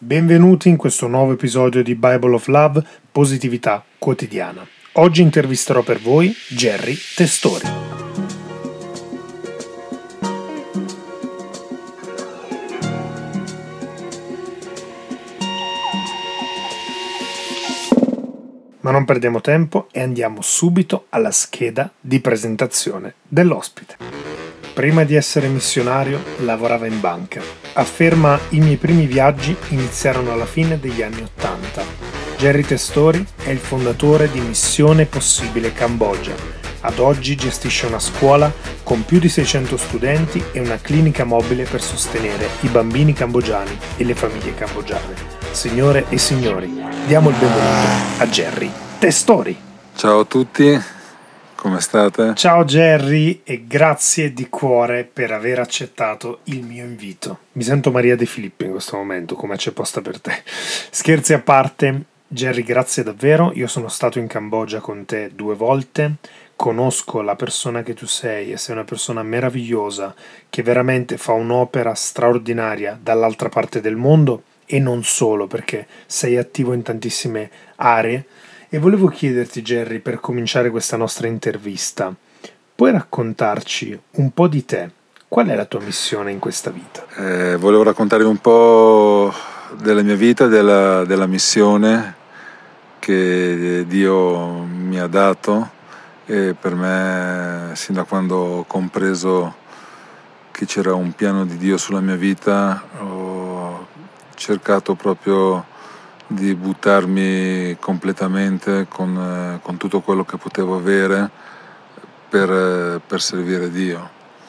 Benvenuti in questo nuovo episodio di Bible of Love, Positività Quotidiana. Oggi intervisterò per voi Gerry Testori. Ma non perdiamo tempo e andiamo subito alla scheda di presentazione dell'ospite. Prima di essere missionario lavorava in banca. Afferma: i miei primi viaggi iniziarono alla fine degli anni '80. Gerry Testori è il fondatore di Missione Possibile Cambogia. Ad oggi gestisce una scuola con più di 600 studenti e una clinica mobile per sostenere i bambini cambogiani e le famiglie cambogiane. Signore e signori, diamo il benvenuto a Gerry Testori. Ciao a tutti, come state? Ciao Gerry e grazie di cuore per aver accettato il mio invito. Mi sento Maria De Filippi in questo momento, come c'è posta per te. Scherzi a parte, Gerry, grazie davvero. Io sono stato in Cambogia con te 2 volte, conosco la persona che tu sei e sei una persona meravigliosa che veramente fa un'opera straordinaria dall'altra parte del mondo e non solo, perché sei attivo in tantissime aree. E volevo chiederti, Gerry, per cominciare questa nostra intervista, puoi raccontarci un po' di te? Qual è la tua missione in questa vita? Volevo raccontarvi un po' della mia vita, della missione che Dio mi ha dato, e per me, sin da quando ho compreso che c'era un piano di Dio sulla mia vita, ho cercato proprio di buttarmi completamente con tutto quello che potevo avere per servire Dio.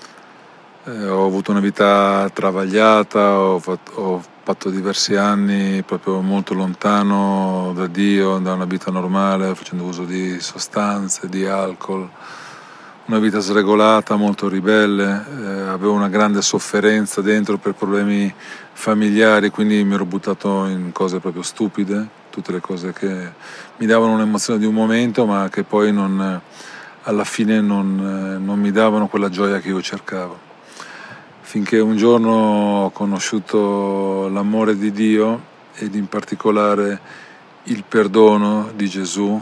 Ho avuto una vita travagliata, ho fatto diversi anni proprio molto lontano da Dio, da una vita normale, facendo uso di sostanze, di alcol, una vita sregolata, molto ribelle, avevo una grande sofferenza dentro per problemi familiari, quindi mi ero buttato in cose proprio stupide, tutte le cose che mi davano un'emozione di un momento ma che poi alla fine non mi davano quella gioia che io cercavo. Finché un giorno ho conosciuto l'amore di Dio ed in particolare il perdono di Gesù,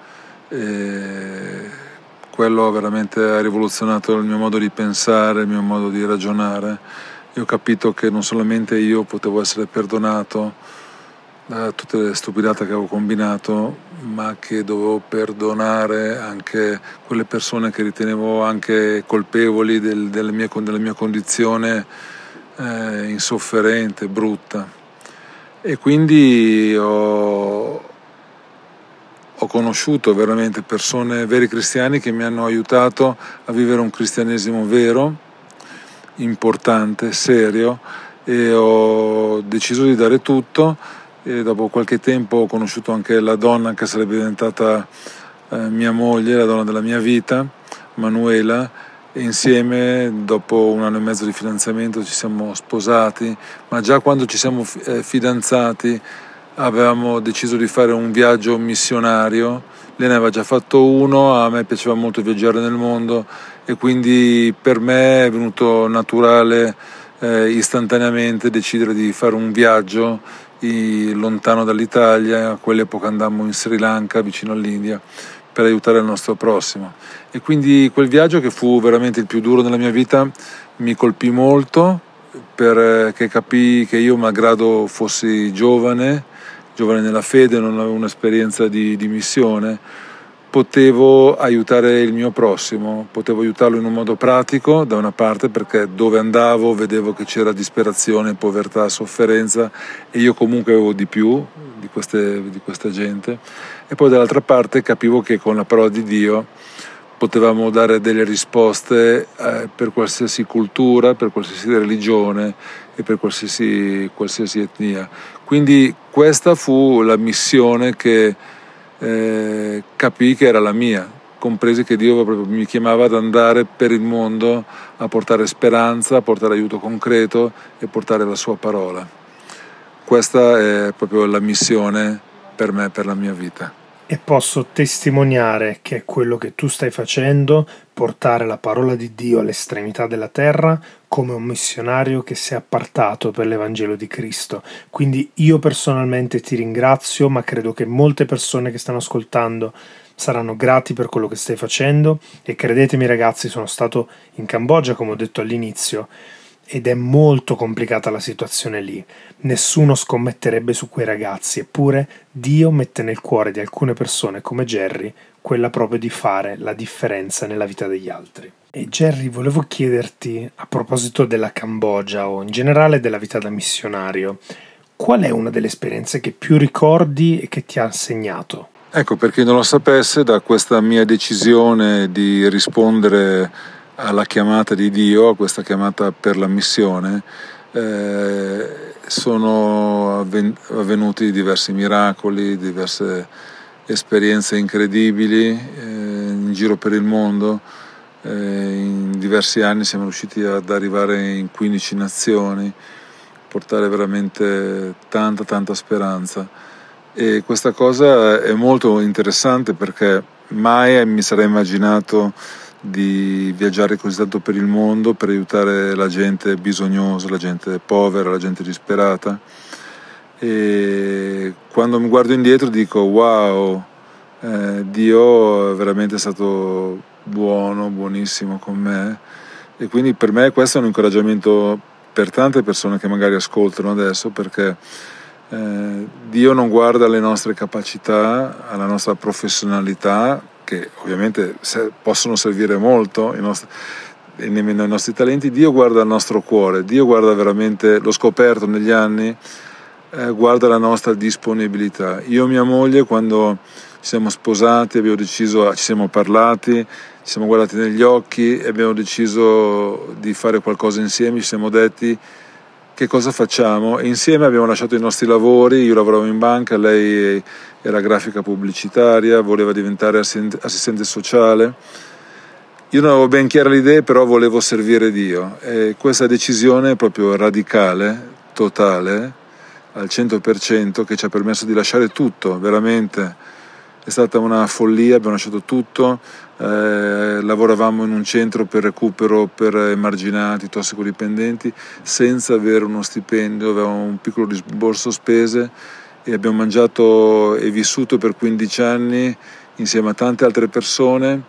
quello veramente ha rivoluzionato il mio modo di pensare, il mio modo di ragionare. E ho capito che non solamente io potevo essere perdonato da tutte le stupidate che avevo combinato, ma che dovevo perdonare anche quelle persone che ritenevo anche colpevoli della mia condizione insofferente, brutta. E quindi ho conosciuto veramente persone, veri cristiani, che mi hanno aiutato a vivere un cristianesimo vero, importante, serio, e ho deciso di dare tutto. E dopo qualche tempo ho conosciuto anche la donna che sarebbe diventata mia moglie, la donna della mia vita, Manuela, e insieme dopo 1 anno e mezzo di fidanzamento ci siamo sposati, ma già quando ci siamo fidanzati avevamo deciso di fare un viaggio missionario. Lei ne aveva già fatto uno, a me piaceva molto viaggiare nel mondo e quindi per me è venuto naturale istantaneamente decidere di fare un viaggio lontano dall'Italia. A quell'epoca andammo in Sri Lanka, vicino all'India, per aiutare il nostro prossimo. E quindi quel viaggio, che fu veramente il più duro della mia vita, mi colpì molto, perché capii che io, malgrado fossi giovane nella fede, non avevo un'esperienza di missione, potevo aiutare il mio prossimo, potevo aiutarlo in un modo pratico, da una parte, perché dove andavo vedevo che c'era disperazione, povertà, sofferenza, e io comunque avevo di più di questa gente, e poi dall'altra parte capivo che con la parola di Dio potevamo dare delle risposte per qualsiasi cultura, per qualsiasi religione e per qualsiasi etnia. Quindi questa fu la missione che capii che era la mia, compresi che Dio proprio mi chiamava ad andare per il mondo a portare speranza, a portare aiuto concreto e portare la sua parola. Questa è proprio la missione per me, per la mia vita. e posso testimoniare che è quello che tu stai facendo, portare la parola di Dio all'estremità della terra come un missionario che si è appartato per l'Evangelo di Cristo. Quindi io personalmente ti ringrazio, ma credo che molte persone che stanno ascoltando saranno grati per quello che stai facendo, e credetemi ragazzi, sono stato in Cambogia, come ho detto all'inizio, ed è molto complicata la situazione lì. Nessuno scommetterebbe su quei ragazzi, eppure Dio mette nel cuore di alcune persone come Jerry quella proprio di fare la differenza nella vita degli altri. E Jerry, volevo chiederti, a proposito della Cambogia o in generale della vita da missionario, qual è una delle esperienze che più ricordi e che ti ha segnato? Ecco, per chi non lo sapesse, da questa mia decisione di rispondere alla chiamata di Dio, a questa chiamata per la missione, sono avvenuti diversi miracoli, diverse esperienze incredibili in giro per il mondo. In diversi anni siamo riusciti ad arrivare in 15 nazioni, portare veramente tanta speranza. E questa cosa è molto interessante perché mai mi sarei immaginato di viaggiare così tanto per il mondo per aiutare la gente bisognosa, la gente povera, la gente disperata. E quando mi guardo indietro dico wow, Dio è veramente stato buonissimo con me, e quindi per me questo è un incoraggiamento per tante persone che magari ascoltano adesso, perché Dio non guarda alle nostre capacità, alla nostra professionalità, che ovviamente possono servire molto nei nostri talenti. Dio guarda il nostro cuore, Dio guarda veramente, l'ho scoperto negli anni, guarda la nostra disponibilità. Io e mia moglie, quando ci siamo sposati, abbiamo deciso, ci siamo parlati, ci siamo guardati negli occhi e abbiamo deciso di fare qualcosa insieme. Ci siamo detti che cosa facciamo, e insieme abbiamo lasciato i nostri lavori. Io lavoravo in banca, lei era grafica pubblicitaria, voleva diventare assistente sociale. Io non avevo ben chiara l'idea, però volevo servire Dio, e questa decisione proprio radicale, totale, al 100%, che ci ha permesso di lasciare tutto, veramente è stata una follia. Abbiamo lasciato tutto, lavoravamo in un centro per recupero per emarginati, tossicodipendenti, senza avere uno stipendio, avevamo un piccolo rimborso spese, e abbiamo mangiato e vissuto per 15 anni insieme a tante altre persone,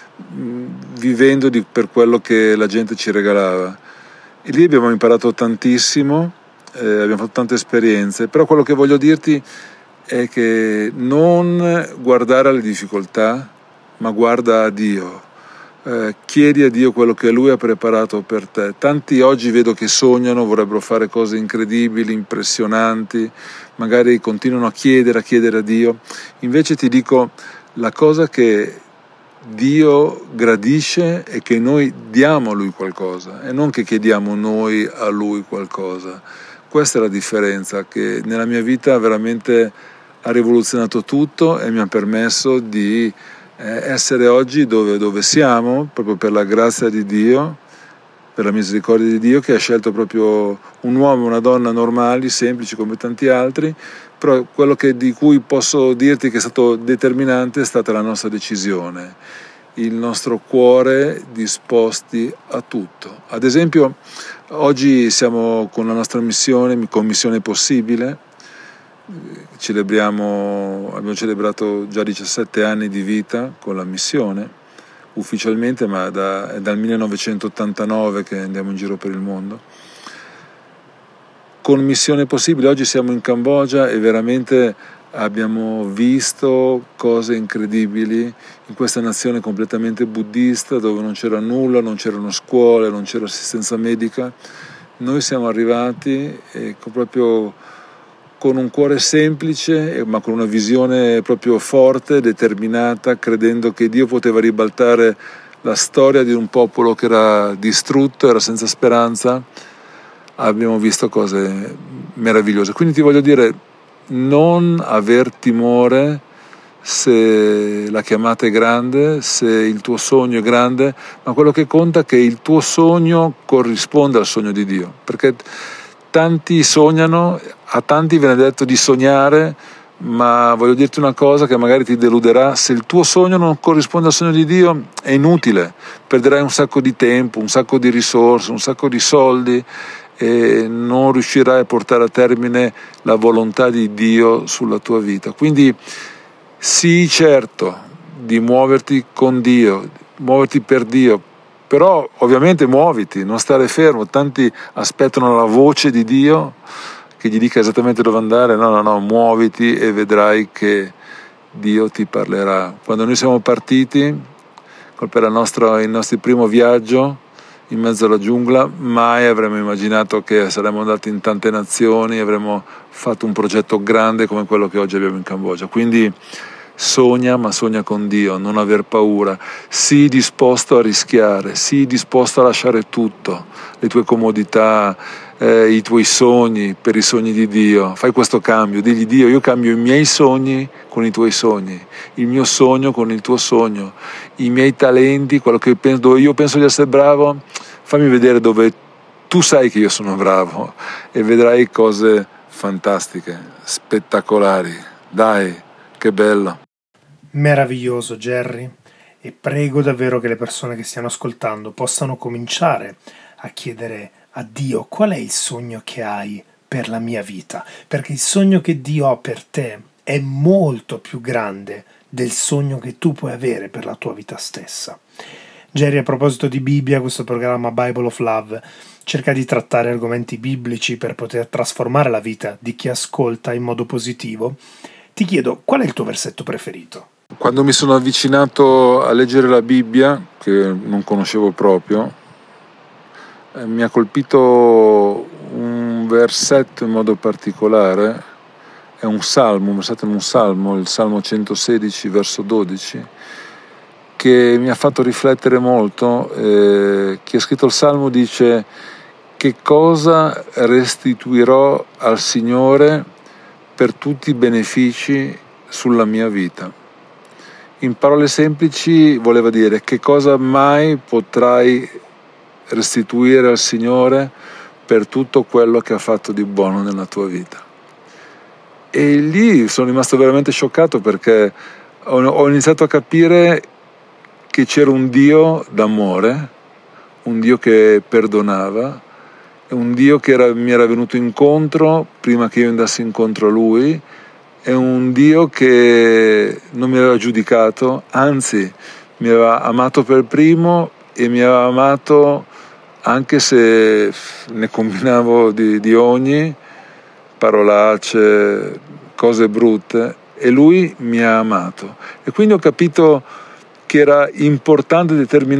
vivendo per quello che la gente ci regalava. E lì abbiamo imparato tantissimo, abbiamo fatto tante esperienze, però quello che voglio dirti è che non guardare alle difficoltà, ma guarda a Dio, chiedi a Dio quello che Lui ha preparato per te. Tanti oggi vedo che sognano, vorrebbero fare cose incredibili, impressionanti, magari continuano a chiedere a Dio. Invece ti dico, la cosa che Dio gradisce è che noi diamo a Lui qualcosa, e non che chiediamo noi a Lui qualcosa. Questa è la differenza che nella mia vita veramente ha rivoluzionato tutto e mi ha permesso di essere oggi dove siamo, proprio per la grazia di Dio, per la misericordia di Dio, che ha scelto proprio un uomo e una donna normali, semplici come tanti altri. Però quello di cui posso dirti che è stato determinante è stata la nostra decisione, il nostro cuore disposti a tutto. Ad esempio, oggi siamo con la nostra missione, con Missione Possibile. Abbiamo celebrato già 17 anni di vita con la missione, ufficialmente, ma è dal 1989 che andiamo in giro per il mondo. Con Missione Possibile oggi siamo in Cambogia e veramente abbiamo visto cose incredibili in questa nazione completamente buddista, dove non c'era nulla, non c'erano scuole, non c'era assistenza medica. Noi siamo arrivati proprio con un cuore semplice, ma con una visione proprio forte, determinata, credendo che Dio poteva ribaltare la storia di un popolo che era distrutto, era senza speranza. Abbiamo visto cose meravigliose. Quindi ti voglio dire, non aver timore se la chiamata è grande, se il tuo sogno è grande, ma quello che conta è che il tuo sogno corrisponda al sogno di Dio, perché tanti sognano, a tanti viene detto di sognare, ma voglio dirti una cosa che magari ti deluderà: se il tuo sogno non corrisponde al sogno di Dio è inutile, perderai un sacco di tempo, un sacco di risorse, un sacco di soldi e non riuscirai a portare a termine la volontà di Dio sulla tua vita. Quindi sii certo di muoverti con Dio, muoverti per Dio, però ovviamente muoviti, non stare fermo. Tanti aspettano la voce di Dio che gli dica esattamente dove andare. No, muoviti e vedrai che Dio ti parlerà. Quando noi siamo partiti per il nostro primo viaggio in mezzo alla giungla, mai avremmo immaginato che saremmo andati in tante nazioni, avremmo fatto un progetto grande come quello che oggi abbiamo in Cambogia. Quindi sogna, ma sogna con Dio, non aver paura, sii disposto a rischiare, sii disposto a lasciare tutto, le tue comodità, i tuoi sogni per i sogni di Dio. Fai questo cambio, digli: Dio, io cambio i miei sogni con i tuoi sogni, il mio sogno con il tuo sogno, i miei talenti, quello che dove io penso di essere bravo, fammi vedere dove tu sai che io sono bravo, e vedrai cose fantastiche, spettacolari. Dai, che bello. Meraviglioso, Gerry, e prego davvero che le persone che stiano ascoltando possano cominciare a chiedere a Dio: qual è il sogno che hai per la mia vita? Perché il sogno che Dio ha per te è molto più grande del sogno che tu puoi avere per la tua vita stessa. Gerry, a proposito di Bibbia, questo programma Bible of Love cerca di trattare argomenti biblici per poter trasformare la vita di chi ascolta in modo positivo. Ti chiedo, qual è il tuo versetto preferito? Quando mi sono avvicinato a leggere la Bibbia, che non conoscevo proprio, mi ha colpito un versetto in modo particolare. È un versetto in un salmo, il Salmo 116, verso 12, che mi ha fatto riflettere molto. Chi ha scritto il salmo dice: che cosa restituirò al Signore per tutti i benefici sulla mia vita? In parole semplici voleva dire: che cosa mai potrai restituire al Signore per tutto quello che ha fatto di buono nella tua vita. E lì sono rimasto veramente scioccato, perché ho iniziato a capire che c'era un Dio d'amore, un Dio che perdonava, un Dio che mi era venuto incontro prima che io andassi incontro a Lui, è un Dio che non mi aveva giudicato, anzi mi aveva amato per primo e mi aveva amato anche se ne combinavo di ogni, parolacce, cose brutte, e Lui mi ha amato. E quindi ho capito che era importante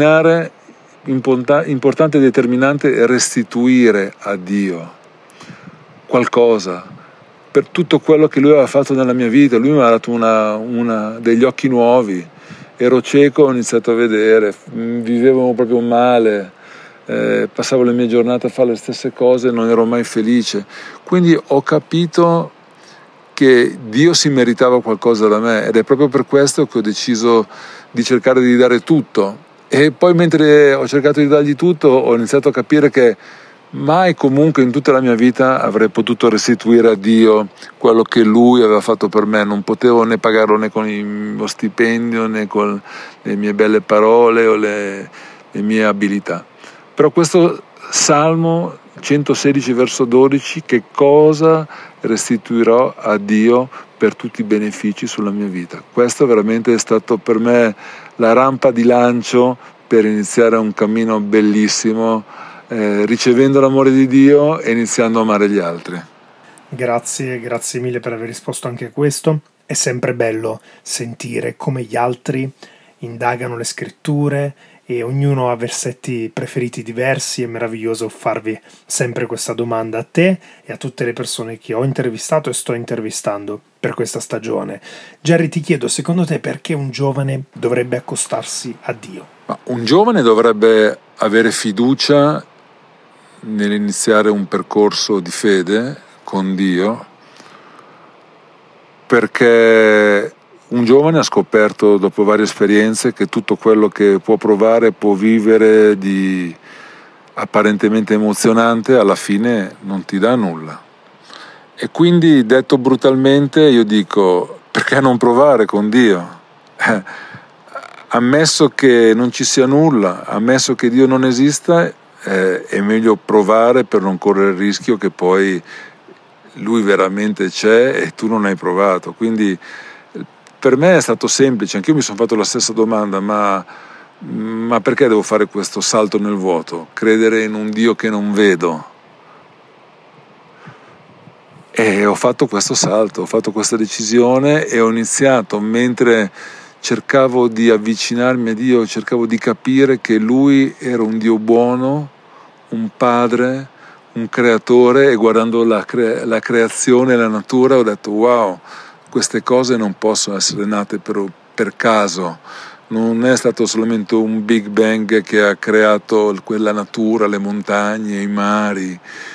importante e determinante restituire a Dio qualcosa per tutto quello che Lui aveva fatto nella mia vita. Lui mi ha dato degli occhi nuovi, ero cieco, ho iniziato a vedere, vivevo proprio male, passavo le mie giornate a fare le stesse cose, non ero mai felice. Quindi ho capito che Dio si meritava qualcosa da me, ed è proprio per questo che ho deciso di cercare di dare tutto. E poi, mentre ho cercato di dargli tutto, ho iniziato a capire che mai comunque in tutta la mia vita avrei potuto restituire a Dio quello che Lui aveva fatto per me. Non potevo né pagarlo né con lo stipendio, né con le mie belle parole o le mie abilità. Però questo Salmo 116 verso 12: che cosa restituirò a Dio per tutti i benefici sulla mia vita? Questo veramente è stato per me la rampa di lancio per iniziare un cammino bellissimo, ricevendo l'amore di Dio e iniziando a amare gli altri. Grazie mille per aver risposto anche a questo. È sempre bello sentire come gli altri indagano le scritture e ognuno ha versetti preferiti diversi. È meraviglioso farvi sempre questa domanda a te e a tutte le persone che ho intervistato e sto intervistando per questa stagione. Gerry, ti chiedo, secondo te perché un giovane dovrebbe accostarsi a Dio? Ma un giovane dovrebbe avere fiducia nell'iniziare un percorso di fede con Dio, perché un giovane ha scoperto dopo varie esperienze che tutto quello che può provare, può vivere di apparentemente emozionante, alla fine non ti dà nulla. E quindi, detto brutalmente, io dico, perché non provare con Dio? Ammesso che non ci sia nulla, ammesso che Dio non esista, è meglio provare per non correre il rischio che poi Lui veramente c'è e tu non hai provato. Quindi per me è stato semplice, anch'io mi sono fatto la stessa domanda, ma perché devo fare questo salto nel vuoto? Credere in un Dio che non vedo? E ho fatto questo salto, ho fatto questa decisione e ho iniziato, mentre cercavo di avvicinarmi a Dio, cercavo di capire che Lui era un Dio buono, un Padre, un Creatore, e guardando la creazione e la natura ho detto wow, queste cose non possono essere nate per caso, non è stato solamente un Big Bang che ha creato quella natura, le montagne, i mari,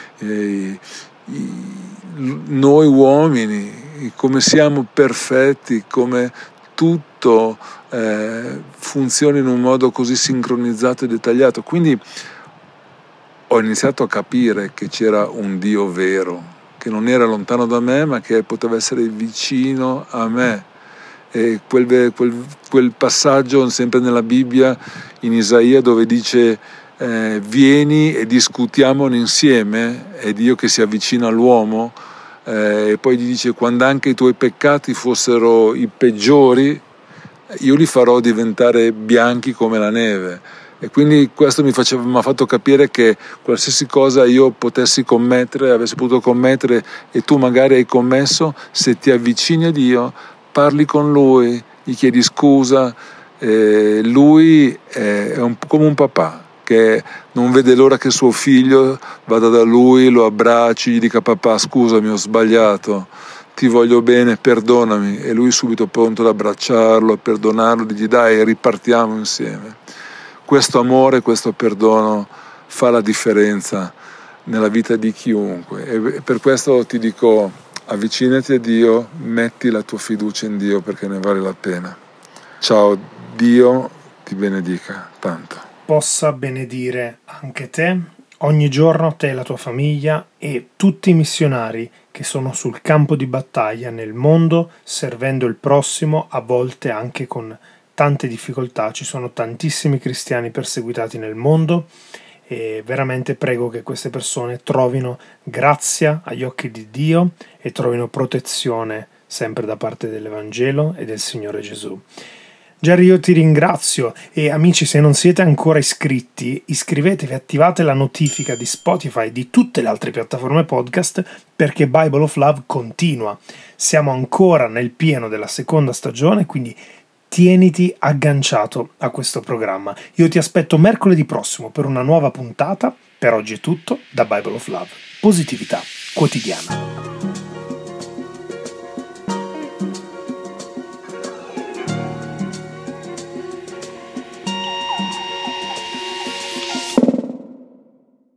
noi uomini, come siamo perfetti, come tutto funziona in un modo così sincronizzato e dettagliato. Quindi ho iniziato a capire che c'era un Dio vero, che non era lontano da me, ma che poteva essere vicino a me. E quel passaggio sempre nella Bibbia, in Isaia, dove dice vieni e discutiamone insieme, è Dio che si avvicina all'uomo, e poi gli dice quando anche i tuoi peccati fossero i peggiori, io li farò diventare bianchi come la neve. E quindi questo mi ha fatto capire che qualsiasi cosa io potessi commettere, avessi potuto commettere e tu magari hai commesso, se ti avvicini a Dio, parli con Lui, gli chiedi scusa, Lui è come un papà che non vede l'ora che suo figlio vada da Lui, lo abbracci, gli dica papà scusami ho sbagliato, ti voglio bene, perdonami, e Lui subito pronto ad abbracciarlo, a perdonarlo, digli dai ripartiamo insieme. Questo amore, questo perdono fa la differenza nella vita di chiunque, e per questo ti dico avvicinati a Dio, metti la tua fiducia in Dio perché ne vale la pena. Ciao, Dio ti benedica tanto. Possa benedire anche te, ogni giorno te e la tua famiglia e tutti i missionari che sono sul campo di battaglia nel mondo, servendo il prossimo, a volte anche con tante difficoltà. Ci sono tantissimi cristiani perseguitati nel mondo e veramente prego che queste persone trovino grazia agli occhi di Dio e trovino protezione sempre da parte dell'Evangelo e del Signore Gesù. Jerry, io ti ringrazio e amici, se non siete ancora iscritti, iscrivetevi, attivate la notifica di Spotify e di tutte le altre piattaforme podcast perché Bible of Love continua. Siamo ancora nel pieno della seconda stagione, quindi tieniti agganciato a questo programma. Io ti aspetto mercoledì prossimo per una nuova puntata. Per oggi è tutto da Bible of Love. Positività quotidiana.